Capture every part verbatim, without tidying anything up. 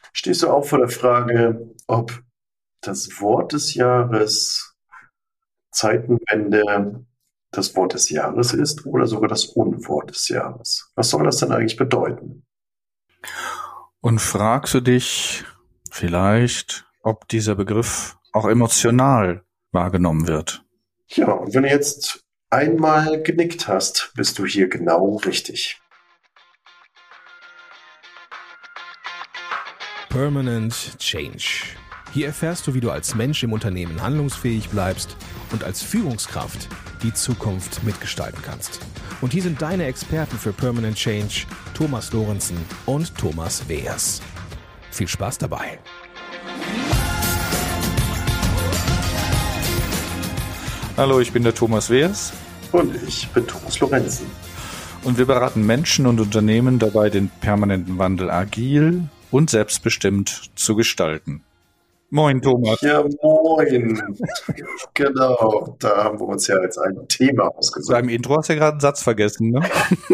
Stehst du auch vor der Frage, ob das Wort des Jahres Zeitenwende das Wort des Jahres ist oder sogar das Unwort des Jahres? Was soll das denn eigentlich bedeuten? Und fragst du dich vielleicht, ob dieser Begriff auch emotional wahrgenommen wird? Ja, und wenn du jetzt einmal genickt hast, bist du hier genau richtig. Permanent Change. Hier erfährst du, wie du als Mensch im Unternehmen handlungsfähig bleibst und als Führungskraft die Zukunft mitgestalten kannst. Und hier sind deine Experten für Permanent Change, Thomas Lorenzen und Thomas Weers. Viel Spaß dabei. Hallo, ich bin der Thomas Weers. Und ich bin Thomas Lorenzen. Und wir beraten Menschen und Unternehmen dabei, den permanenten Wandel agil und selbstbestimmt zu gestalten. Moin, Thomas. Ja, moin. Genau, da haben wir uns ja jetzt ein Thema ausgesucht. Beim Intro hast du ja gerade einen Satz vergessen, ne?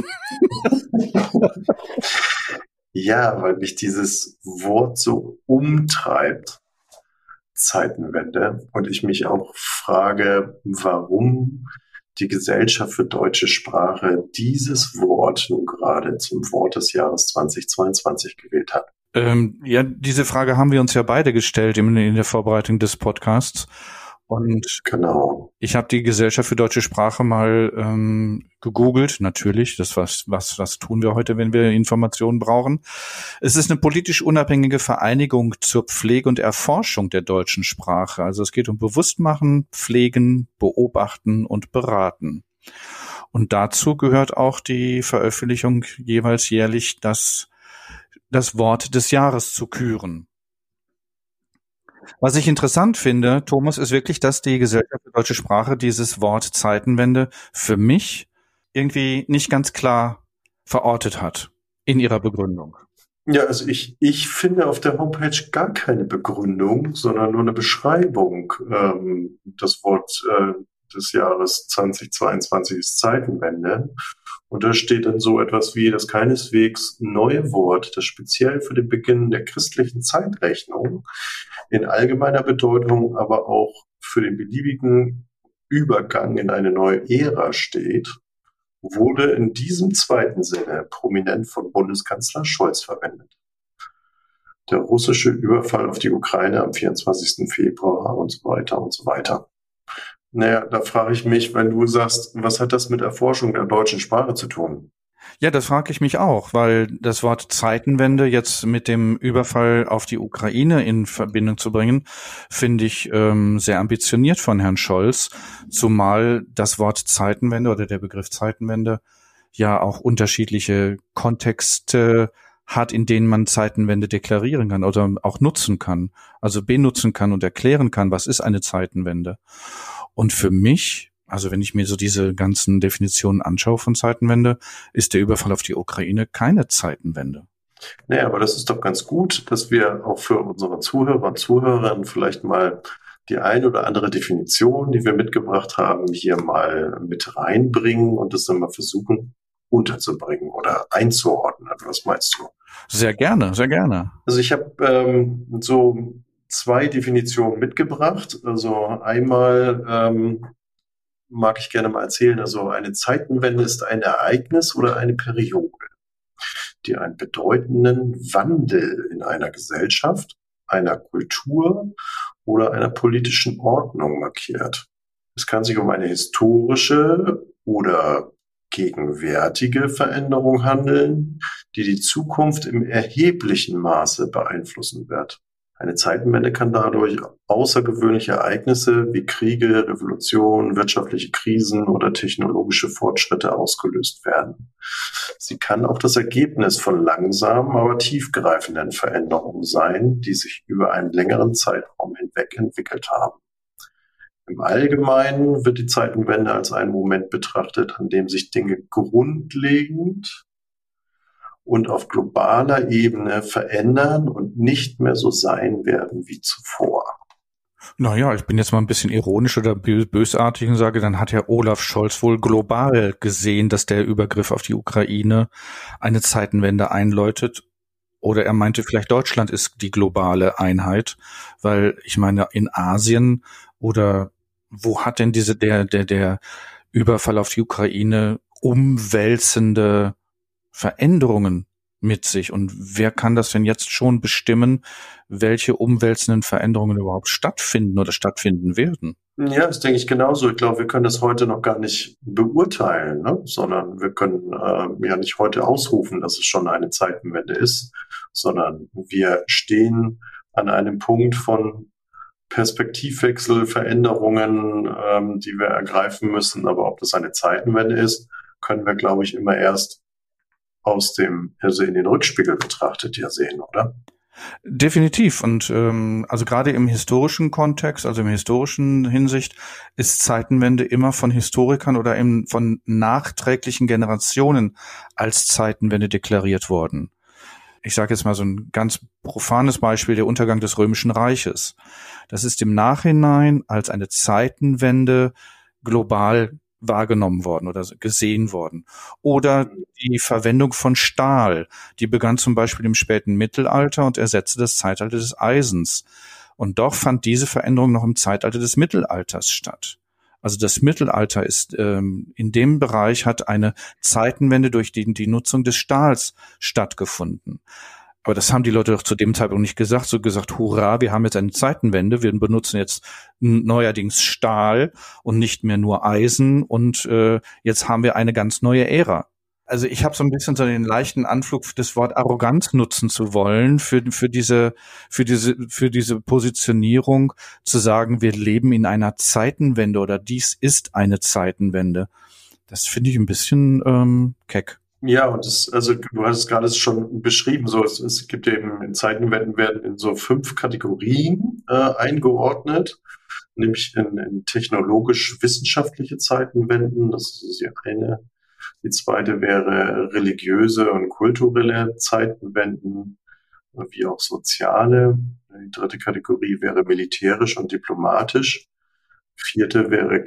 Ja, weil mich dieses Wort so umtreibt, Zeitenwende, und ich mich auch frage, warum die Gesellschaft für deutsche Sprache dieses Wort nun gerade zum Wort des Jahres zweitausendzweiundzwanzig gewählt hat. Ähm, ja, diese Frage haben wir uns ja beide gestellt in, in der Vorbereitung des Podcasts. Und genau. Ich habe die Gesellschaft für deutsche Sprache mal ähm, gegoogelt. Natürlich, das was was was tun wir heute, wenn wir Informationen brauchen. Es ist eine politisch unabhängige Vereinigung zur Pflege und Erforschung der deutschen Sprache. Also es geht um Bewusstmachen, Pflegen, Beobachten und Beraten. Und dazu gehört auch die Veröffentlichung jeweils jährlich das das Wort des Jahres zu küren. Was ich interessant finde, Thomas, ist wirklich, dass die Gesellschaft für deutsche Sprache dieses Wort Zeitenwende für mich irgendwie nicht ganz klar verortet hat in ihrer Begründung. Ja, also ich, ich finde auf der Homepage gar keine Begründung, sondern nur eine Beschreibung. Ähm, das Wort äh, des Jahres zweitausendzweiundzwanzig ist Zeitenwende. Und da steht dann so etwas wie das keineswegs neue Wort, das speziell für den Beginn der christlichen Zeitrechnung in allgemeiner Bedeutung, aber auch für den beliebigen Übergang in eine neue Ära steht, wurde in diesem zweiten Sinne prominent von Bundeskanzler Scholz verwendet. Der russische Überfall auf die Ukraine am vierundzwanzigsten Februar und so weiter und so weiter. Naja, da frage ich mich, wenn du sagst, was hat das mit Erforschung der deutschen Sprache zu tun? Ja, das frage ich mich auch, weil das Wort Zeitenwende jetzt mit dem Überfall auf die Ukraine in Verbindung zu bringen, finde ich ähm, sehr ambitioniert von Herrn Scholz, zumal das Wort Zeitenwende oder der Begriff Zeitenwende ja auch unterschiedliche Kontexte hat, in denen man Zeitenwende deklarieren kann oder auch nutzen kann, also benutzen kann und erklären kann, was ist eine Zeitenwende. Und für mich, also wenn ich mir so diese ganzen Definitionen anschaue von Zeitenwende, ist der Überfall auf die Ukraine keine Zeitenwende. Naja, aber das ist doch ganz gut, dass wir auch für unsere Zuhörer und Zuhörerinnen vielleicht mal die eine oder andere Definition, die wir mitgebracht haben, hier mal mit reinbringen und das dann mal versuchen unterzubringen oder einzuordnen. Was meinst du? Sehr gerne, sehr gerne. Also ich habe ähm, so zwei Definitionen mitgebracht. Also einmal ähm, mag ich gerne mal erzählen, also eine Zeitenwende ist ein Ereignis oder eine Periode, die einen bedeutenden Wandel in einer Gesellschaft, einer Kultur oder einer politischen Ordnung markiert. Es kann sich um eine historische oder gegenwärtige Veränderung handeln, die die Zukunft im erheblichen Maße beeinflussen wird. Eine Zeitenwende kann dadurch außergewöhnliche Ereignisse wie Kriege, Revolutionen, wirtschaftliche Krisen oder technologische Fortschritte ausgelöst werden. Sie kann auch das Ergebnis von langsamen, aber tiefgreifenden Veränderungen sein, die sich über einen längeren Zeitraum hinweg entwickelt haben. Im Allgemeinen wird die Zeitenwende als ein Moment betrachtet, an dem sich Dinge grundlegend und auf globaler Ebene verändern und nicht mehr so sein werden wie zuvor. Naja, ich bin jetzt mal ein bisschen ironisch oder bösartig und sage, dann hat ja Olaf Scholz wohl global gesehen, dass der Übergriff auf die Ukraine eine Zeitenwende einläutet Oder er meinte vielleicht, Deutschland ist die globale Einheit, weil ich meine, in Asien oder wo hat denn diese der der der Überfall auf die Ukraine umwälzende Veränderungen mit sich? Und wer kann das denn jetzt schon bestimmen, welche umwälzenden Veränderungen überhaupt stattfinden oder stattfinden werden? Ja, das denke ich genauso. Ich glaube, wir können das heute noch gar nicht beurteilen, ne? Sondern wir können äh, ja nicht heute ausrufen, dass es schon eine Zeitenwende ist, sondern wir stehen an einem Punkt von Perspektivwechsel, Veränderungen, ähm, die wir ergreifen müssen. Aber ob das eine Zeitenwende ist, können wir, glaube ich, immer erst aus dem, also in den Rückspiegel betrachtet ja sehen, oder? Definitiv. Und ähm, also gerade im historischen Kontext, also im historischen Hinsicht, ist Zeitenwende immer von Historikern oder eben von nachträglichen Generationen als Zeitenwende deklariert worden. Ich sage jetzt mal so ein ganz profanes Beispiel, der Untergang des Römischen Reiches. Das ist im Nachhinein als eine Zeitenwende global wahrgenommen worden oder gesehen worden. Oder die Verwendung von Stahl, die begann zum Beispiel im späten Mittelalter und ersetzte das Zeitalter des Eisens. Und doch fand diese Veränderung noch im Zeitalter des Mittelalters statt. Also das Mittelalter ist ähm, in dem Bereich hat eine Zeitenwende durch die, die Nutzung des Stahls stattgefunden. Aber das haben die Leute doch zu dem Zeitpunkt nicht gesagt, so gesagt, hurra, wir haben jetzt eine Zeitenwende, wir benutzen jetzt neuerdings Stahl und nicht mehr nur Eisen und äh, jetzt haben wir eine ganz neue Ära. Also ich habe so ein bisschen so den leichten Anflug, das Wort Arroganz nutzen zu wollen für für diese für diese für diese Positionierung, zu sagen, wir leben in einer Zeitenwende oder dies ist eine Zeitenwende. Das finde ich ein bisschen ähm, keck. Ja, und das, also du hast es gerade schon beschrieben, so es, es gibt eben in Zeitenwenden werden in so fünf Kategorien äh, eingeordnet, nämlich in, in technologisch-wissenschaftliche Zeitenwenden, das ist die eine. Die zweite wäre religiöse und kulturelle Zeitenwenden, wie auch soziale. Die dritte Kategorie wäre militärisch und diplomatisch. Vierte wäre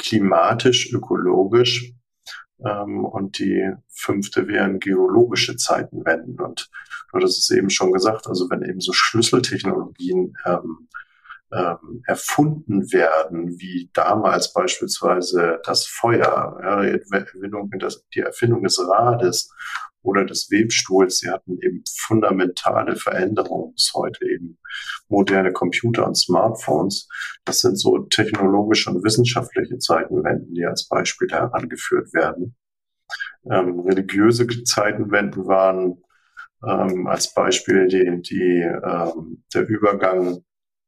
klimatisch-ökologisch. Ähm, und die fünfte wären geologische Zeitenwenden. Und du hattest es eben schon gesagt, also wenn eben so Schlüsseltechnologien ähm, ähm, erfunden werden, wie damals beispielsweise das Feuer, ja, die, Erfindung, das, die Erfindung des Rades oder des Webstuhls, sie hatten eben fundamentale Veränderungen bis heute eben moderne Computer und Smartphones. Das sind so technologische und wissenschaftliche Zeitenwenden, die als Beispiel herangeführt werden. Ähm, religiöse Zeitenwenden waren ähm, als Beispiel die, die, ähm, der Übergang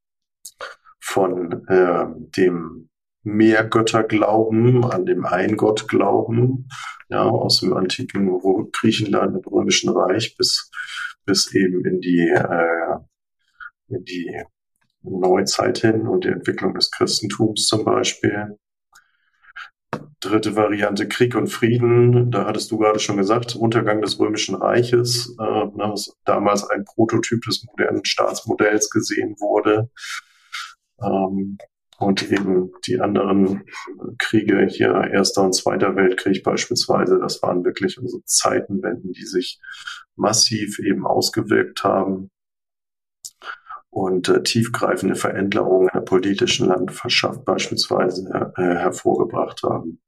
von äh, dem Mehrgötterglauben an dem Eingottglauben, ja, aus dem antiken Griechenland und Römischen Reich bis, bis eben in die, äh, in die Neuzeit hin und die Entwicklung des Christentums zum Beispiel. Dritte Variante, Krieg und Frieden, da hattest du gerade schon gesagt, Untergang des Römischen Reiches, äh, was damals ein Prototyp des modernen Staatsmodells gesehen wurde. Ähm, und eben die anderen Kriege hier, Erster und Zweiter Weltkrieg beispielsweise, das waren wirklich unsere Zeitenwenden, die sich massiv eben ausgewirkt haben und äh, tiefgreifende Veränderungen in der politischen Landwirtschaft beispielsweise äh, hervorgebracht haben.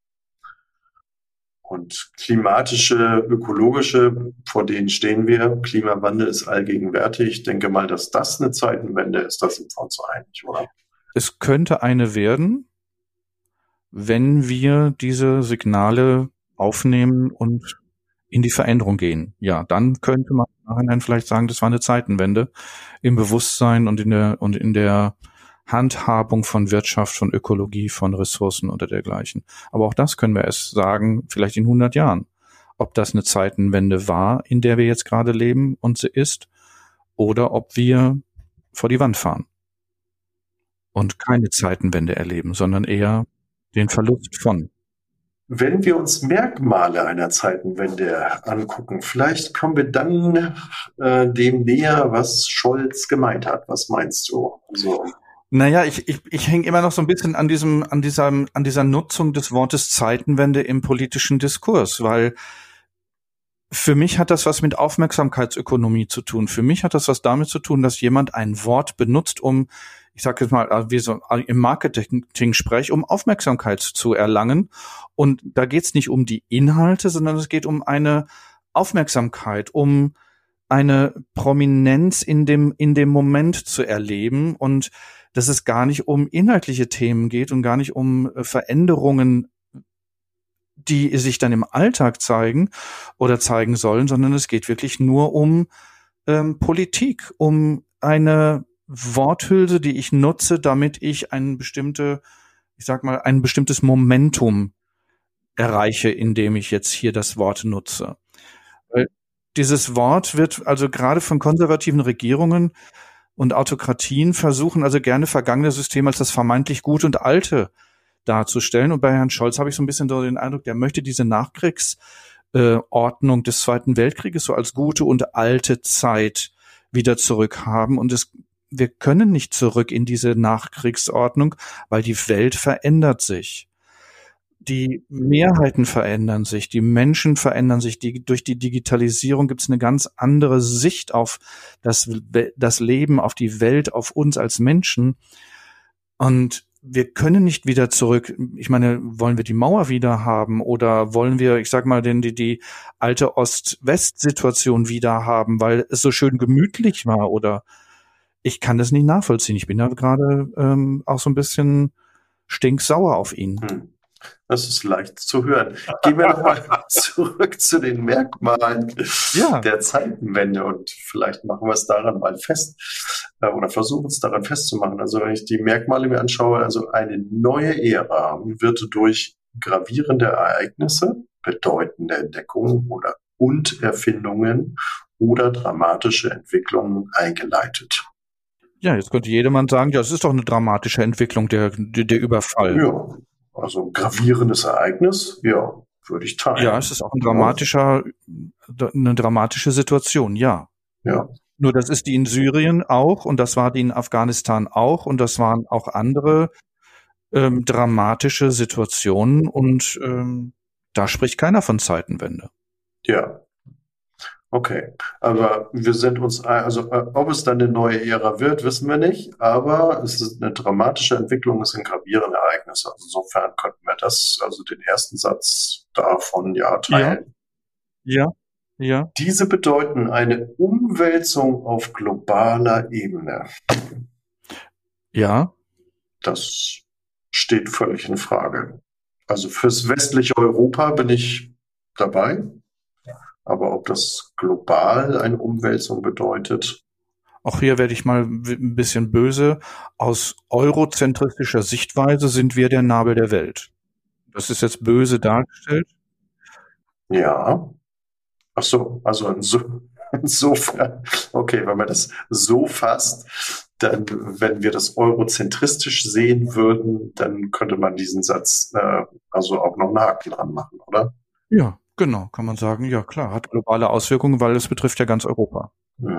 Und klimatische, ökologische, vor denen stehen wir. Klimawandel ist allgegenwärtig. Ich denke mal, dass das eine Zeitenwende ist, da sind wir uns einig, oder? Es könnte eine werden, wenn wir diese Signale aufnehmen und in die Veränderung gehen. Ja, dann könnte man im Nachhinein vielleicht sagen, das war eine Zeitenwende im Bewusstsein und in der und in der Handhabung von Wirtschaft, von Ökologie, von Ressourcen oder dergleichen. Aber auch das können wir erst sagen, vielleicht in hundert Jahren. Ob das eine Zeitenwende war, in der wir jetzt gerade leben und sie ist, oder ob wir vor die Wand fahren und keine Zeitenwende erleben, sondern eher den Verlust von. Wenn wir uns Merkmale einer Zeitenwende angucken, vielleicht kommen wir dann äh, dem näher, was Scholz gemeint hat. Was meinst du? Also, Naja, ich, ich, ich hänge immer noch so ein bisschen an diesem, an dieser, an dieser Nutzung des Wortes Zeitenwende im politischen Diskurs, weil Für mich hat das was mit Aufmerksamkeitsökonomie zu tun. Für mich hat das was damit zu tun, dass jemand ein Wort benutzt, um, ich sage jetzt mal, wie so im Marketing-Sprech, um Aufmerksamkeit zu erlangen. Und da geht es nicht um die Inhalte, sondern es geht um eine Aufmerksamkeit, um eine Prominenz in dem in dem Moment zu erleben und dass es gar nicht um inhaltliche Themen geht und gar nicht um Veränderungen, die sich dann im Alltag zeigen oder zeigen sollen, sondern es geht wirklich nur um ähm, Politik, um eine Worthülse, die ich nutze, damit ich ein bestimmte, ich sag mal, ein bestimmtes Momentum erreiche, indem ich jetzt hier das Wort nutze. Weil dieses Wort wird also gerade von konservativen Regierungen und Autokratien versuchen also gerne vergangene Systeme als das vermeintlich Gute und Alte darzustellen. Und bei Herrn Scholz habe ich so ein bisschen so den Eindruck, der möchte diese Nachkriegsordnung äh, des Zweiten Weltkrieges so als gute und alte Zeit wieder zurückhaben. Und es, wir können nicht zurück in diese Nachkriegsordnung, weil die Welt verändert sich. Die Mehrheiten verändern sich, die Menschen verändern sich. Die, durch die Digitalisierung gibt es eine ganz andere Sicht auf das, das Leben, auf die Welt, auf uns als Menschen. Und wir können nicht wieder zurück. Ich meine, wollen wir die Mauer wieder haben oder wollen wir, ich sag mal, denn die, die alte Ost-West-Situation wieder haben, weil es so schön gemütlich war? Oder ich kann das nicht nachvollziehen. Ich bin da gerade ähm, auch so ein bisschen stinksauer auf ihn. Hm. Das ist leicht zu hören. Gehen wir nochmal zurück zu den Merkmalen ja. der Zeitenwende und vielleicht machen wir es daran mal fest äh, oder versuchen es daran festzumachen. Also wenn ich die Merkmale mir anschaue, also eine neue Ära wird durch gravierende Ereignisse, bedeutende Entdeckungen oder und Erfindungen oder dramatische Entwicklungen eingeleitet. Ja, jetzt könnte jedermann sagen, ja, es ist doch eine dramatische Entwicklung, der, der, der Überfall. Ja. Also ein gravierendes Ereignis, ja, würde ich teilen. Ja, es ist auch ein dramatischer, eine dramatische Situation, ja. Ja. Nur das ist die in Syrien auch und das war die in Afghanistan auch und das waren auch andere ähm, dramatische Situationen und ähm, da spricht keiner von Zeitenwende. Ja. Okay, aber wir sind uns, also ob es dann eine neue Ära wird, wissen wir nicht, aber es ist eine dramatische Entwicklung, es sind gravierende Ereignisse. Also insofern könnten wir das, also den ersten Satz davon ja teilen. Ja, ja, ja. Diese bedeuten eine Umwälzung auf globaler Ebene. Ja. Das steht völlig in Frage. Also fürs westliche Europa bin ich dabei. Aber ob das global eine Umwälzung bedeutet? Auch hier werde ich mal ein bisschen böse. Aus eurozentristischer Sichtweise sind wir der Nabel der Welt. Das ist jetzt böse dargestellt? Ja. Ach so, also inso, insofern, okay, wenn man das so fasst, dann, wenn wir das eurozentristisch sehen würden, dann könnte man diesen Satz äh, also auch noch einen Haken dran machen, oder? Ja. Genau, kann man sagen, ja klar, hat globale Auswirkungen, weil es betrifft ja ganz Europa.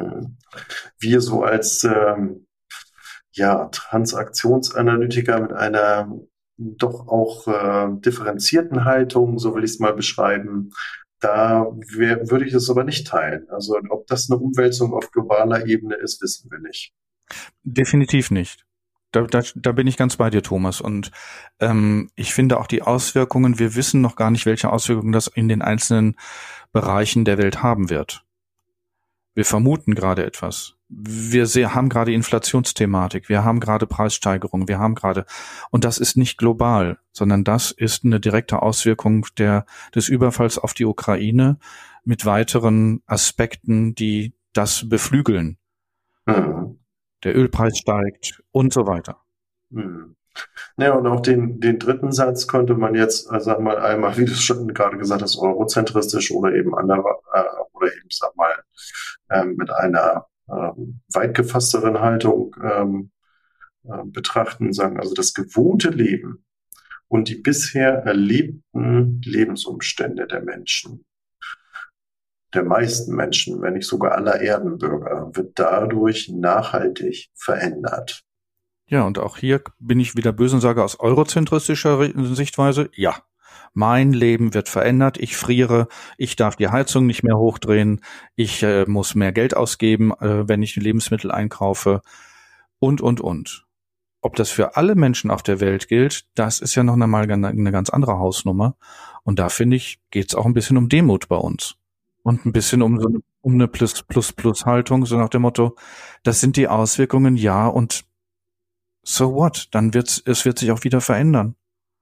Wir so als ähm, ja, Transaktionsanalytiker mit einer doch auch äh, differenzierten Haltung, so will ich es mal beschreiben, da wär, würde ich es aber nicht teilen. Also ob das eine Umwälzung auf globaler Ebene ist, wissen wir nicht. Definitiv nicht. Da, da, da bin ich ganz bei dir, Thomas. Und ähm, ich finde auch die Auswirkungen, wir wissen noch gar nicht, welche Auswirkungen das in den einzelnen Bereichen der Welt haben wird. Wir vermuten gerade etwas. Wir se- haben gerade Inflationsthematik, wir haben gerade Preissteigerungen, wir haben gerade, und das ist nicht global, sondern das ist eine direkte Auswirkung der des Überfalls auf die Ukraine mit weiteren Aspekten, die das beflügeln. Mhm. Der Ölpreis steigt und so weiter. Hm. Ja, und auch den, den dritten Satz könnte man jetzt, äh, sag mal, einmal, wie du schon gerade gesagt hast, eurozentristisch oder eben andere, äh, oder eben, sag mal, ähm, mit einer ähm, weit gefassteren Haltung ähm, äh, betrachten, sagen, also das gewohnte Leben und die bisher erlebten Lebensumstände der Menschen, der meisten Menschen, wenn nicht sogar aller Erdenbürger, wird dadurch nachhaltig verändert. Ja, und auch hier bin ich wieder böse und sage aus eurozentristischer Sichtweise, ja, Mein Leben wird verändert, ich friere, ich darf die Heizung nicht mehr hochdrehen, ich äh, muss mehr Geld ausgeben, äh, wenn ich Lebensmittel einkaufe und, und, und. Ob das für alle Menschen auf der Welt gilt, das ist ja noch einmal eine ganz andere Hausnummer. Und da, finde ich, geht es auch ein bisschen um Demut bei uns. Und ein bisschen um so eine, um eine Plus-Plus-Plus-Haltung, so nach dem Motto, das sind die Auswirkungen, ja, und so what? Dann wird's, es wird sich auch wieder verändern.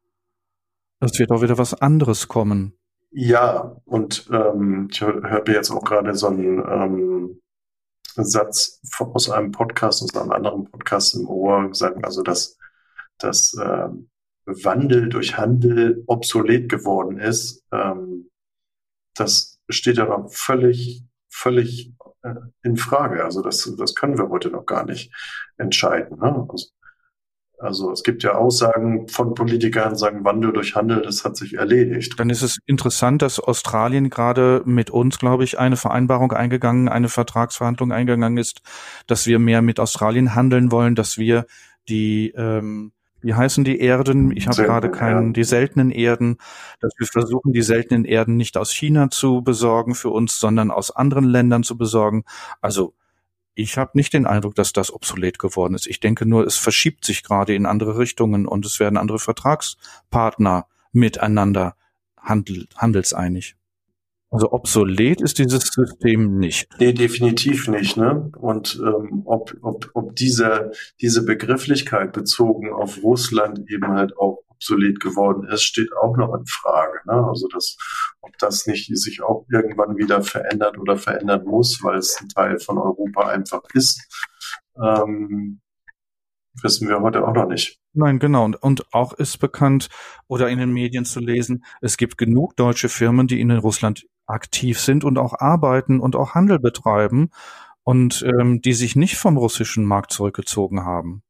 Es wird auch wieder was anderes kommen. Ja, und ähm, ich höre hör mir jetzt auch gerade so einen ähm, Satz von, aus einem Podcast, aus einem anderen Podcast im Ohr, sagen also, dass, dass ähm, Wandel durch Handel obsolet geworden ist. Ähm, das steht ja noch völlig, völlig äh, in Frage. Also das, das können wir heute noch gar nicht entscheiden. Ne? Also, also es gibt ja Aussagen von Politikern, sagen Wandel durch Handel, das hat sich erledigt. Dann ist es interessant, dass Australien gerade mit uns, glaube ich, eine Vereinbarung eingegangen, eine Vertragsverhandlung eingegangen ist, dass wir mehr mit Australien handeln wollen, dass wir die, ähm, wie heißen die Erden? Ich habe gerade keinen, die seltenen Erden, dass wir versuchen, die seltenen Erden nicht aus China zu besorgen für uns, sondern aus anderen Ländern zu besorgen. Also ich habe nicht den Eindruck, dass das obsolet geworden ist. Ich denke nur, es verschiebt sich gerade in andere Richtungen und es werden andere Vertragspartner miteinander handel, handelseinig. Also obsolet ist dieses System nicht. Nee, definitiv nicht. Ne? Und ähm, ob, ob, ob diese, diese Begrifflichkeit bezogen auf Russland eben halt auch obsolet geworden ist, steht auch noch in Frage. Ne? Also das, ob das nicht sich auch irgendwann wieder verändert oder verändern muss, weil es ein Teil von Europa einfach ist, ähm, wissen wir heute auch noch nicht. Nein, genau. Und, und auch ist bekannt oder in den Medien zu lesen, es gibt genug deutsche Firmen, die in Russland aktiv sind und auch arbeiten und auch Handel betreiben und ähm, die sich nicht vom russischen Markt zurückgezogen haben.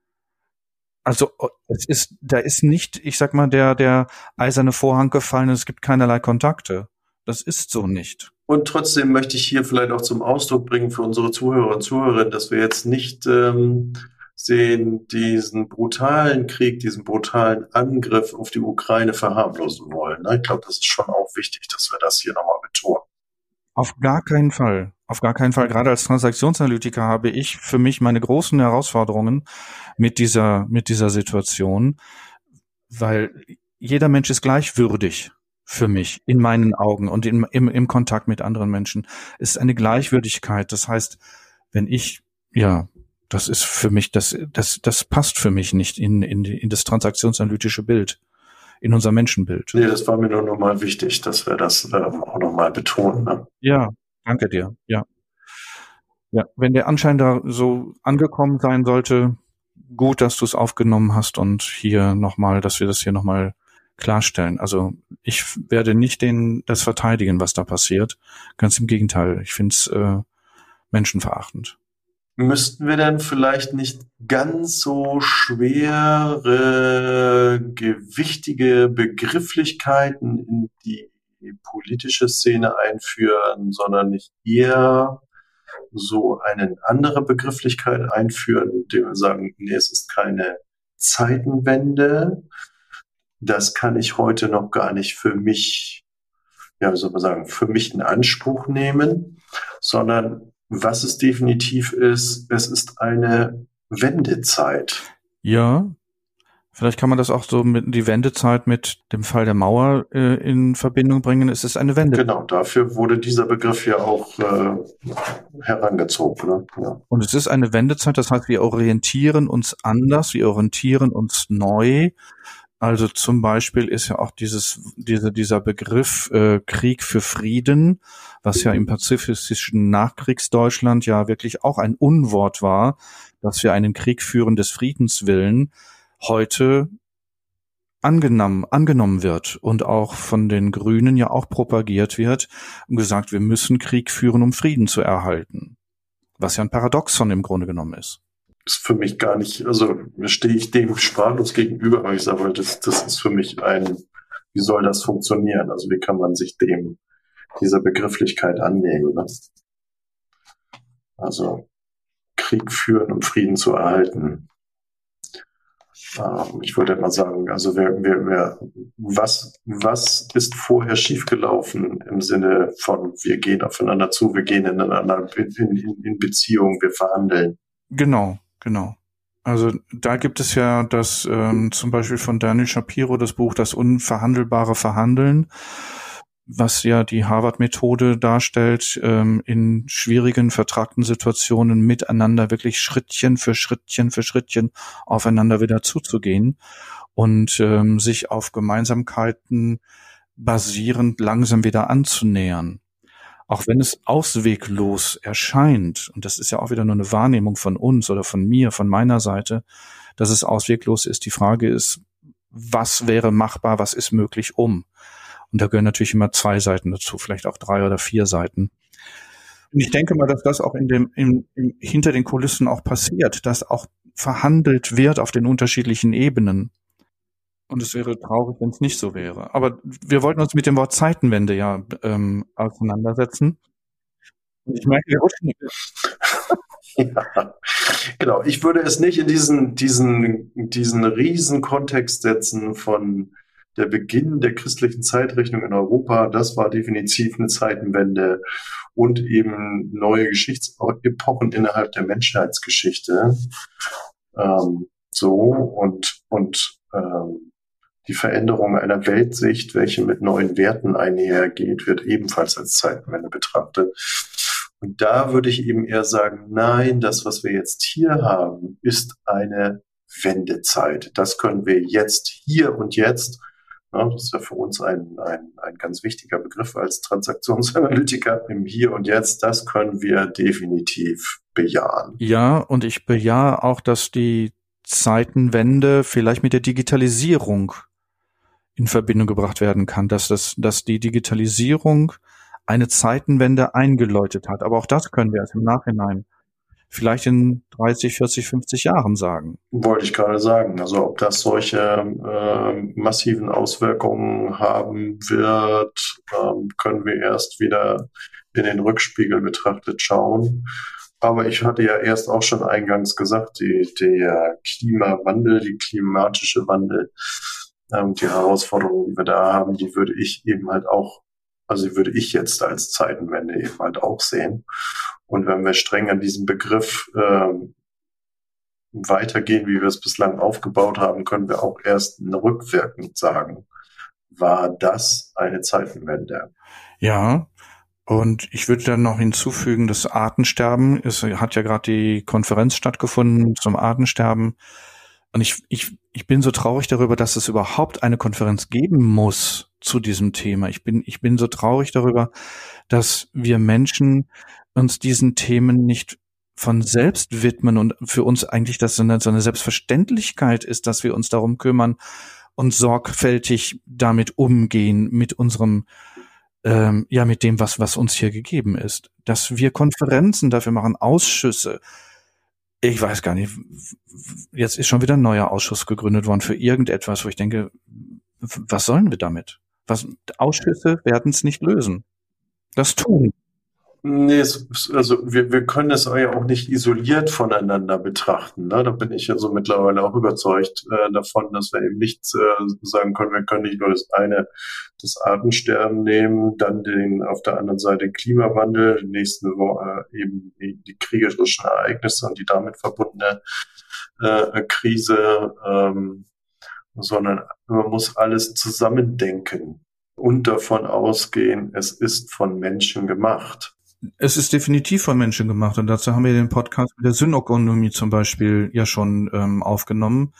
Also es ist, da ist nicht, ich sag mal, der der eiserne Vorhang gefallen, es gibt keinerlei Kontakte. Das ist so nicht. Und trotzdem möchte ich hier vielleicht auch zum Ausdruck bringen für unsere Zuhörer und Zuhörerinnen, dass wir jetzt nicht ähm, sehen, diesen brutalen Krieg, diesen brutalen Angriff auf die Ukraine verharmlosen wollen. Ich glaube, das ist schon auch wichtig, dass wir das hier nochmal betonen. Auf gar keinen Fall. Auf gar keinen Fall. Gerade als Transaktionsanalytiker habe ich für mich meine großen Herausforderungen mit dieser, mit dieser Situation, weil jeder Mensch ist gleichwürdig für mich, in meinen Augen und in, im, im Kontakt mit anderen Menschen. Es ist eine Gleichwürdigkeit. Das heißt, wenn ich, ja, das ist für mich, das, das, das passt für mich nicht in, in, in das transaktionsanalytische Bild, in unser Menschenbild. Nee, das war mir nur nochmal wichtig, dass wir das ähm, auch nochmal betonen. Ne? Ja, danke dir, ja. Ja, wenn der Anschein da so angekommen sein sollte, gut, dass du es aufgenommen hast und hier nochmal, dass wir das hier nochmal klarstellen. Also ich werde nicht den, das verteidigen, was da passiert. Ganz im Gegenteil. Ich finde es äh, menschenverachtend. Müssten wir dann vielleicht nicht ganz so schwere, gewichtige Begrifflichkeiten in die politische Szene einführen, sondern nicht eher so eine andere Begrifflichkeit einführen, indem wir sagen, nee, es ist keine Zeitenwende. Das kann ich heute noch gar nicht für mich, ja, wie soll man sagen, für mich in Anspruch nehmen, sondern was es definitiv ist, es ist eine Wendezeit. Ja, vielleicht kann man das auch so mit die Wendezeit mit dem Fall der Mauer äh, in Verbindung bringen. Es ist eine Wendezeit. Genau, dafür wurde dieser Begriff ja auch äh, herangezogen. Ne? Ja. Und es ist eine Wendezeit, das heißt, wir orientieren uns anders, wir orientieren uns neu. Also zum Beispiel ist ja auch dieses, diese, dieser Begriff äh, Krieg für Frieden, was ja im pazifistischen Nachkriegsdeutschland ja wirklich auch ein Unwort war, dass wir einen Krieg führen des Friedens willen, heute angenommen, angenommen wird und auch von den Grünen ja auch propagiert wird und gesagt, wir müssen Krieg führen, um Frieden zu erhalten. Was ja ein Paradoxon im Grunde genommen ist. Ist für mich gar nicht, also stehe ich dem sprachlos gegenüber, aber ich sage, das, das ist für mich ein, wie soll das funktionieren? Also wie kann man sich dem, dieser Begrifflichkeit annehmen? Ne? Also Krieg führen, um Frieden zu erhalten. Ähm, ich würde mal sagen, also wer, wer, wer, was, was ist vorher schiefgelaufen im Sinne von, wir gehen aufeinander zu, wir gehen ineinander in, in, in Beziehung, wir verhandeln. Genau, genau. Also da gibt es ja das ähm, zum Beispiel von Daniel Shapiro das Buch Das unverhandelbare Verhandeln, was ja die Harvard-Methode darstellt, ähm, in schwierigen, vertragten Situationen miteinander wirklich Schrittchen für Schrittchen für Schrittchen aufeinander wieder zuzugehen und ähm, sich auf Gemeinsamkeiten basierend langsam wieder anzunähern. Auch wenn es ausweglos erscheint, und das ist ja auch wieder nur eine Wahrnehmung von uns oder von mir, von meiner Seite, dass es ausweglos ist. Die Frage ist, was wäre machbar, was ist möglich um? Und da gehören natürlich immer zwei Seiten dazu, vielleicht auch drei oder vier Seiten. Und ich denke mal, dass das auch in dem, in, in, hinter den Kulissen auch passiert, dass auch verhandelt wird auf den unterschiedlichen Ebenen. Und es wäre traurig, wenn es nicht so wäre. Aber wir wollten uns mit dem Wort Zeitenwende ja ähm, auseinandersetzen. Und ich merke, wir rutschen. Ja, genau. Ich würde es nicht in diesen, diesen, diesen riesen Kontext setzen von der Beginn der christlichen Zeitrechnung in Europa. Das war definitiv eine Zeitenwende und eben neue Geschichtsepochen innerhalb der Menschheitsgeschichte. Ähm, so und, und ähm, die Veränderung einer Weltsicht, welche mit neuen Werten einhergeht, wird ebenfalls als Zeitenwende betrachtet. Und da würde ich eben eher sagen, nein, das, was wir jetzt hier haben, ist eine Wendezeit. Das können wir jetzt, hier und jetzt, ja, das ist ja für uns ein, ein, ein ganz wichtiger Begriff als Transaktionsanalytiker, im Hier und Jetzt, das können wir definitiv bejahen. Ja, und ich bejahe auch, dass die Zeitenwende vielleicht mit der Digitalisierung in Verbindung gebracht werden kann, dass das, dass die Digitalisierung eine Zeitenwende eingeläutet hat. Aber auch das können wir erst im Nachhinein vielleicht in dreißig, vierzig, fünfzig Jahren sagen. Wollte ich gerade sagen. Also ob das solche äh, massiven Auswirkungen haben wird, ähm, können wir erst wieder in den Rückspiegel betrachtet schauen. Aber ich hatte ja erst auch schon eingangs gesagt, die, der Klimawandel, die klimatische Wandel, ähm, die Herausforderungen, die wir da haben, die würde ich eben halt auch, also die würde ich jetzt als Zeitenwende eben halt auch sehen. Und wenn wir streng an diesem Begriff ähm, weitergehen, wie wir es bislang aufgebaut haben, können wir auch erst rückwirkend sagen, war das eine Zeitenwende? Ja, und ich würde dann noch hinzufügen, das Artensterben, es hat ja gerade die Konferenz stattgefunden zum Artensterben. Und ich, ich, ich bin so traurig darüber, dass es überhaupt eine Konferenz geben muss zu diesem Thema. Ich bin, ich bin so traurig darüber, dass wir Menschen uns diesen Themen nicht von selbst widmen und für uns eigentlich das so eine, so eine Selbstverständlichkeit ist, dass wir uns darum kümmern und sorgfältig damit umgehen mit unserem, ähm, ja, mit dem, was, was uns hier gegeben ist. Dass wir Konferenzen dafür machen, Ausschüsse. Ich weiß gar nicht, jetzt ist schon wieder ein neuer Ausschuss gegründet worden für irgendetwas, wo ich denke, was sollen wir damit? Was, Ausschüsse werden es nicht lösen. Das tun. Nee, es, also wir, wir können es ja auch nicht isoliert voneinander betrachten. Ne? Da bin ich ja so mittlerweile auch überzeugt äh, davon, dass wir eben nicht äh, sagen können, wir können nicht nur das eine, das Artensterben nehmen, dann den auf der anderen Seite Klimawandel, nächste Woche äh, eben die, die kriegerischen Ereignisse und die damit verbundene äh, Krise, ähm, sondern man muss alles zusammendenken und davon ausgehen, es ist von Menschen gemacht. Es ist definitiv von Menschen gemacht und dazu haben wir den Podcast mit der Synökonomie zum Beispiel ja schon ähm, aufgenommen,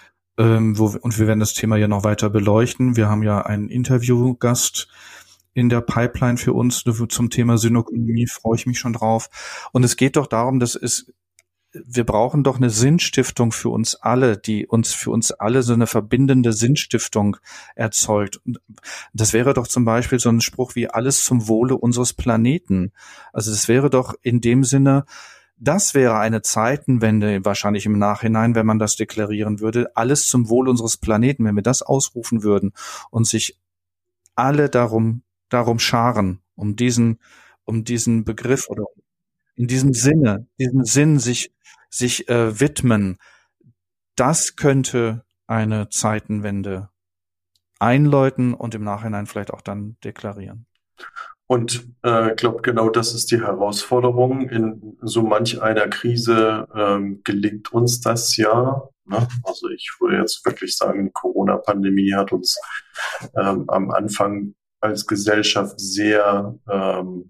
ähm, wo, und wir werden das Thema ja noch weiter beleuchten. Wir haben ja einen Interviewgast in der Pipeline für uns zum Thema Synökonomie, freue ich mich schon drauf. Und es geht doch darum, dass es wir brauchen doch eine Sinnstiftung für uns alle, die uns für uns alle so eine verbindende Sinnstiftung erzeugt. Und das wäre doch zum Beispiel so ein Spruch wie alles zum Wohle unseres Planeten. Also das wäre doch in dem Sinne, das wäre eine Zeitenwende wahrscheinlich im Nachhinein, wenn man das deklarieren würde. Alles zum Wohle unseres Planeten, wenn wir das ausrufen würden und sich alle darum darum scharen, um diesen um diesen Begriff oder in diesem Sinne, diesem Sinn sich sich äh, widmen, das könnte eine Zeitenwende einläuten und im Nachhinein vielleicht auch dann deklarieren. Und äh, ich glaube, genau das ist die Herausforderung. In so manch einer Krise ähm, gelingt uns das ja. Ne? Also ich würde jetzt wirklich sagen, die Corona-Pandemie hat uns ähm, am Anfang als Gesellschaft sehr ähm,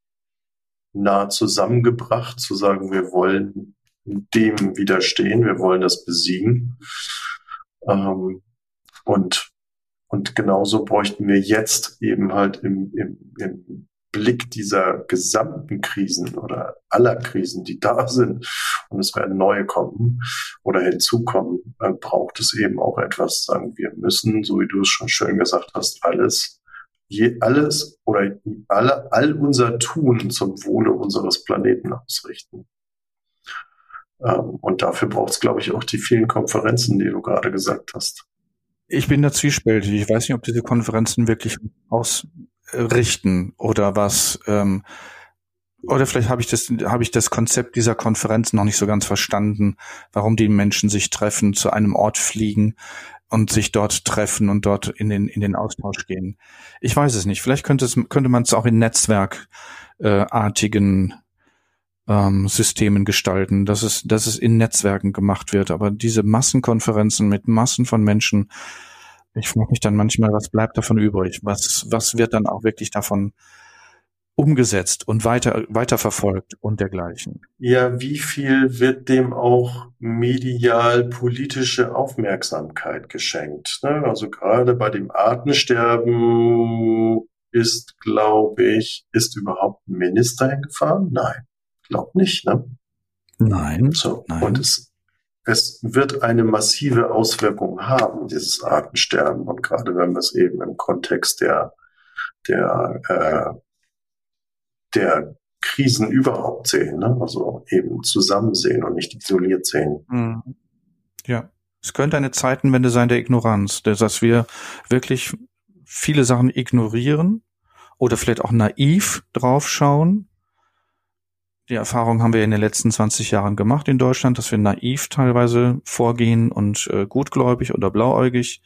nah zusammengebracht, zu sagen, wir wollen dem widerstehen, wir wollen das besiegen. Ähm, und Und genauso bräuchten wir jetzt eben halt im, im, im Blick dieser gesamten Krisen oder aller Krisen, die da sind, und es werden neue kommen oder hinzukommen, äh, braucht es eben auch etwas, sagen wir müssen, so wie du es schon schön gesagt hast, alles, je, alles oder alle, all unser Tun zum Wohle unseres Planeten ausrichten. Ähm, und dafür braucht es, glaube ich, auch die vielen Konferenzen, die du gerade gesagt hast. Ich bin da zwiespältig. Ich weiß nicht, ob diese Konferenzen wirklich ausrichten oder was. Ähm, oder vielleicht habe ich das, habe ich das Konzept dieser Konferenz noch nicht so ganz verstanden, warum die Menschen sich treffen, zu einem Ort fliegen und sich dort treffen und dort in den in den Austausch gehen. Ich weiß es nicht. Vielleicht könnte es könnte man es auch in netzwerkartigen ähm, Systemen gestalten, dass es dass es in Netzwerken gemacht wird. Aber diese Massenkonferenzen mit Massen von Menschen, ich frage mich dann manchmal, was bleibt davon übrig? Was was wird dann auch wirklich davon umgesetzt und weiter weiterverfolgt und dergleichen? Ja, wie viel wird dem auch medial politische Aufmerksamkeit geschenkt? Ne? Also gerade bei dem Artensterben ist, glaube ich, ist überhaupt ein Minister hingefahren? Nein. Glaub nicht, ne? Nein. So. Nein. Und es, es wird eine massive Auswirkung haben, dieses Artensterben. Und gerade wenn wir es eben im Kontext der, der, äh, der Krisen überhaupt sehen, ne? Also eben zusammen sehen und nicht isoliert sehen. Mhm. Ja. Es könnte eine Zeitenwende sein der Ignoranz, dass wir wirklich viele Sachen ignorieren oder vielleicht auch naiv draufschauen. Die Erfahrung haben wir in den letzten zwanzig Jahren gemacht in Deutschland, dass wir naiv teilweise vorgehen und äh, gutgläubig oder blauäugig.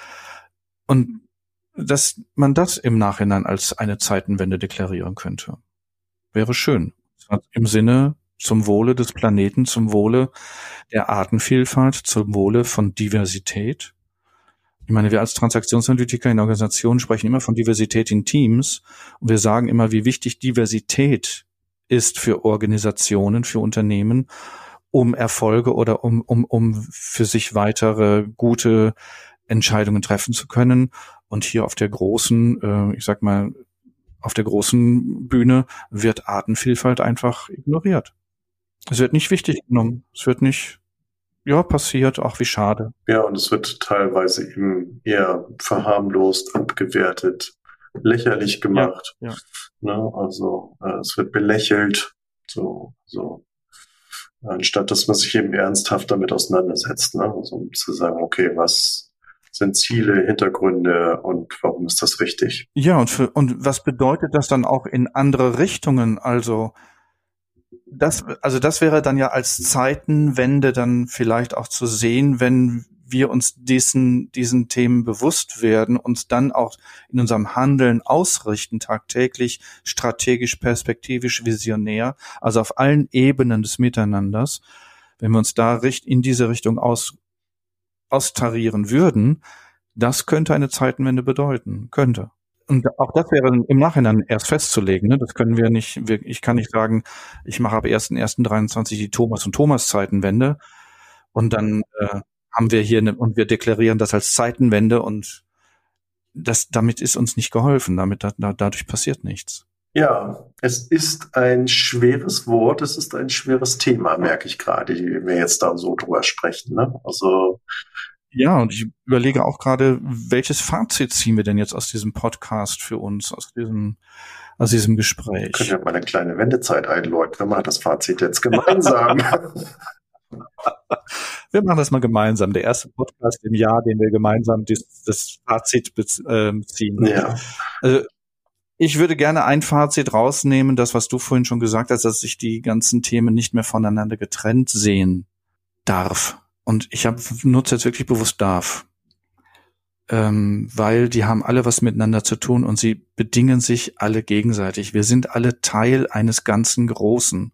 Und dass man das im Nachhinein als eine Zeitenwende deklarieren könnte, wäre schön. Im Sinne zum Wohle des Planeten, zum Wohle der Artenvielfalt, zum Wohle von Diversität. Ich meine, wir als Transaktionsanalytiker in Organisationen sprechen immer von Diversität in Teams und wir sagen immer, wie wichtig Diversität ist für Organisationen, für Unternehmen, um Erfolge oder um, um, um für sich weitere gute Entscheidungen treffen zu können. Und hier auf der großen, äh, ich sag mal, auf der großen Bühne wird Artenvielfalt einfach ignoriert. Es wird nicht wichtig genommen. Es wird nicht, ja, passiert, auch wie schade. Ja, und es wird teilweise eben eher verharmlost, abgewertet, lächerlich gemacht. Ja, ja. Ne? Also äh, es wird belächelt, so, so, anstatt dass man sich eben ernsthaft damit auseinandersetzt, ne? Also um zu sagen, okay, was sind Ziele, Hintergründe und warum ist das wichtig? Ja, und für, und was bedeutet das dann auch in andere Richtungen? Also das, also das wäre dann ja als Zeitenwende dann vielleicht auch zu sehen, wenn wir uns diesen, diesen Themen bewusst werden, uns dann auch in unserem Handeln ausrichten, tagtäglich, strategisch, perspektivisch, visionär, also auf allen Ebenen des Miteinanders. Wenn wir uns da in diese Richtung aus, austarieren würden, das könnte eine Zeitenwende bedeuten, könnte. Und auch das wäre im Nachhinein erst festzulegen. Ne? Das können wir nicht, wir, ich kann nicht sagen, ich mache ab ersten ersten dreiundzwanzig die Thomas- und Thomas-Zeitenwende und dann äh, haben wir hier eine, und wir deklarieren das als Zeitenwende und das, damit ist uns nicht geholfen, damit da, dadurch passiert nichts. Ja, es ist ein schweres Wort, es ist ein schweres Thema, merke ich gerade, wie wir jetzt da so drüber sprechen. Ne? Also ja, und ich überlege auch gerade, welches Fazit ziehen wir denn jetzt aus diesem Podcast für uns, aus diesem, aus diesem Gespräch? Können wir mal eine kleine Wendezeit einläuten, wir machen das Fazit jetzt gemeinsam. Wir machen das mal gemeinsam. Der erste Podcast im Jahr, den wir gemeinsam das, das Fazit beziehen. Ja. Also ich würde gerne ein Fazit rausnehmen, das, was du vorhin schon gesagt hast, dass sich die ganzen Themen nicht mehr voneinander getrennt sehen darf. Und ich hab, nutze jetzt wirklich bewusst darf, ähm, weil die haben alle was miteinander zu tun und sie bedingen sich alle gegenseitig. Wir sind alle Teil eines ganzen Großen.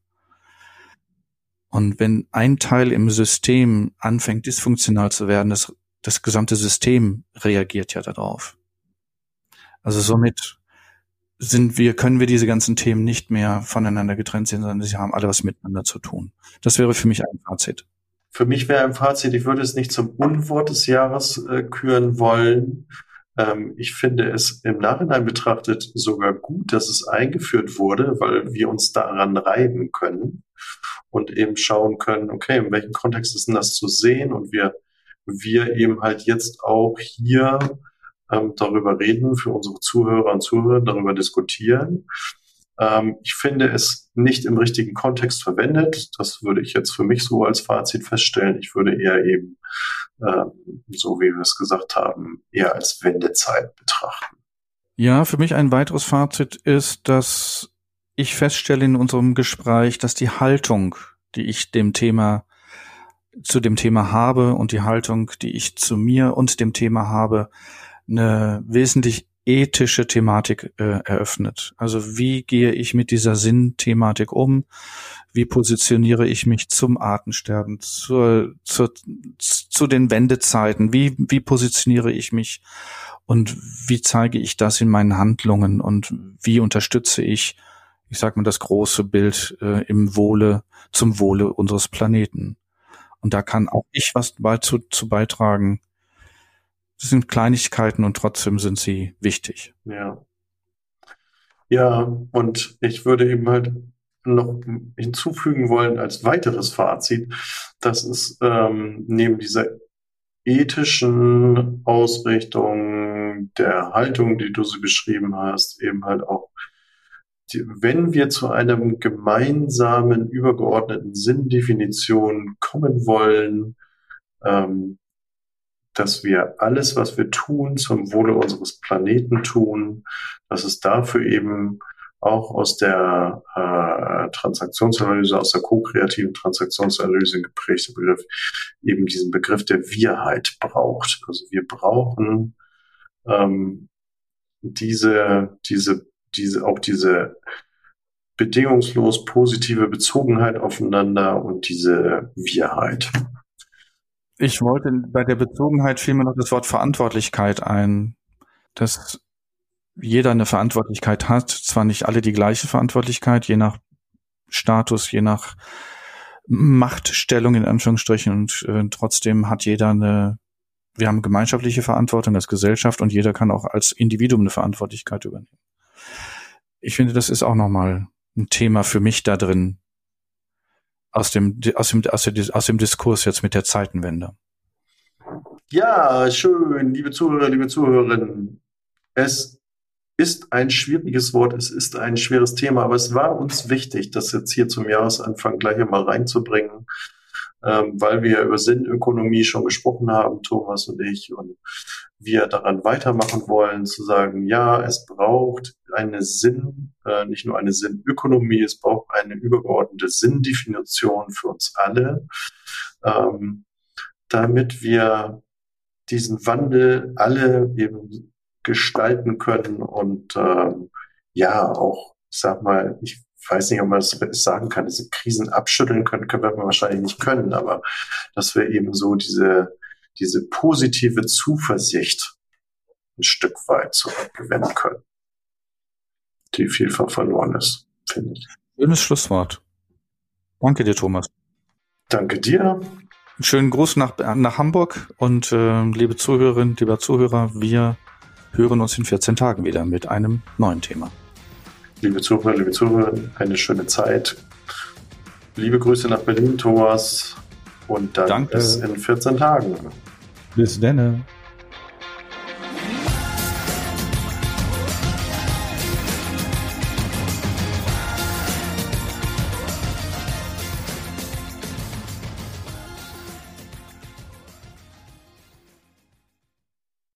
Und wenn ein Teil im System anfängt, dysfunktional zu werden, das, das gesamte System reagiert ja darauf. Also somit sind wir, können wir diese ganzen Themen nicht mehr voneinander getrennt sehen, sondern sie haben alle was miteinander zu tun. Das wäre für mich ein Fazit. Für mich wäre ein Fazit, ich würde es nicht zum Unwort des Jahres äh, küren wollen. Ähm, ich finde es im Nachhinein betrachtet sogar gut, dass es eingeführt wurde, weil wir uns daran reiben können und eben schauen können, okay, in welchem Kontext ist denn das zu sehen, und wir, wir eben halt jetzt auch hier ähm, darüber reden, für unsere Zuhörer und Zuhörer darüber diskutieren. Ähm, ich finde es nicht im richtigen Kontext verwendet. Das würde ich jetzt für mich so als Fazit feststellen. Ich würde eher eben, ähm, so wie wir es gesagt haben, eher als Wendezeit betrachten. Ja, für mich ein weiteres Fazit ist, dass ich feststelle in unserem Gespräch, dass die Haltung, die ich dem Thema, zu dem Thema habe, und die Haltung, die ich zu mir und dem Thema habe, eine wesentlich ethische Thematik äh, eröffnet. Also wie gehe ich mit dieser Sinnthematik um? Wie positioniere ich mich zum Artensterben, zur, zur, zu den Wendezeiten? Wie, wie positioniere ich mich und wie zeige ich das in meinen Handlungen und wie unterstütze ich, ich sag mal, das große Bild äh, im Wohle, zum Wohle unseres Planeten? Und da kann auch ich was zu, zu beitragen. Das sind Kleinigkeiten und trotzdem sind sie wichtig. Ja. Ja, und ich würde eben halt noch hinzufügen wollen als weiteres Fazit, dass es ähm, neben dieser ethischen Ausrichtung der Haltung, die du so beschrieben hast, eben halt auch, die, wenn wir zu einem gemeinsamen, übergeordneten Sinndefinition kommen wollen, ähm, dass wir alles, was wir tun, zum Wohle unseres Planeten tun, dass es dafür eben auch aus der äh, Transaktionsanalyse, aus der ko-kreativen Transaktionsanalyse geprägte Begriff, eben diesen Begriff der Wir-heit braucht. Also wir brauchen ähm, diese, diese, diese, auch diese bedingungslos positive Bezogenheit aufeinander und diese Wir-heit. Ich wollte bei der Bezogenheit fiel mir noch das Wort Verantwortlichkeit ein, dass jeder eine Verantwortlichkeit hat, zwar nicht alle die gleiche Verantwortlichkeit, je nach Status, je nach Machtstellung in Anführungsstrichen, und äh, trotzdem hat jeder eine, wir haben gemeinschaftliche Verantwortung als Gesellschaft und jeder kann auch als Individuum eine Verantwortlichkeit übernehmen. Ich finde, das ist auch nochmal ein Thema für mich da drin, aus dem, aus dem, aus dem, aus dem Diskurs jetzt mit der Zeitenwende. Ja, schön, liebe Zuhörer, liebe Zuhörerinnen. Es ist ein schwieriges Wort, es ist ein schweres Thema, aber es war uns wichtig, das jetzt hier zum Jahresanfang gleich einmal reinzubringen, ähm, weil wir über Sinnökonomie schon gesprochen haben, Thomas und ich, und wir daran weitermachen wollen, zu sagen, ja, es braucht eine Sinn, äh, nicht nur eine Sinnökonomie, es braucht eine übergeordnete Sinndefinition für uns alle, ähm, damit wir diesen Wandel alle eben gestalten können und ähm, ja, auch, ich sag mal, ich weiß nicht, ob man das sagen kann, diese Krisen abschütteln können, können wir wahrscheinlich nicht können, aber dass wir eben so diese, diese positive Zuversicht ein Stück weit zurückgewinnen können, die vielfach verloren ist, finde ich. Schönes Schlusswort. Danke dir, Thomas. Danke dir. Einen schönen Gruß nach, nach Hamburg und äh, liebe Zuhörerinnen, lieber Zuhörer, wir hören uns in vierzehn Tagen wieder mit einem neuen Thema. Liebe Zuhörer, liebe Zuhörer, eine schöne Zeit. Liebe Grüße nach Berlin, Thomas. Und dann Danke. bis in vierzehn Tagen. Bis dann.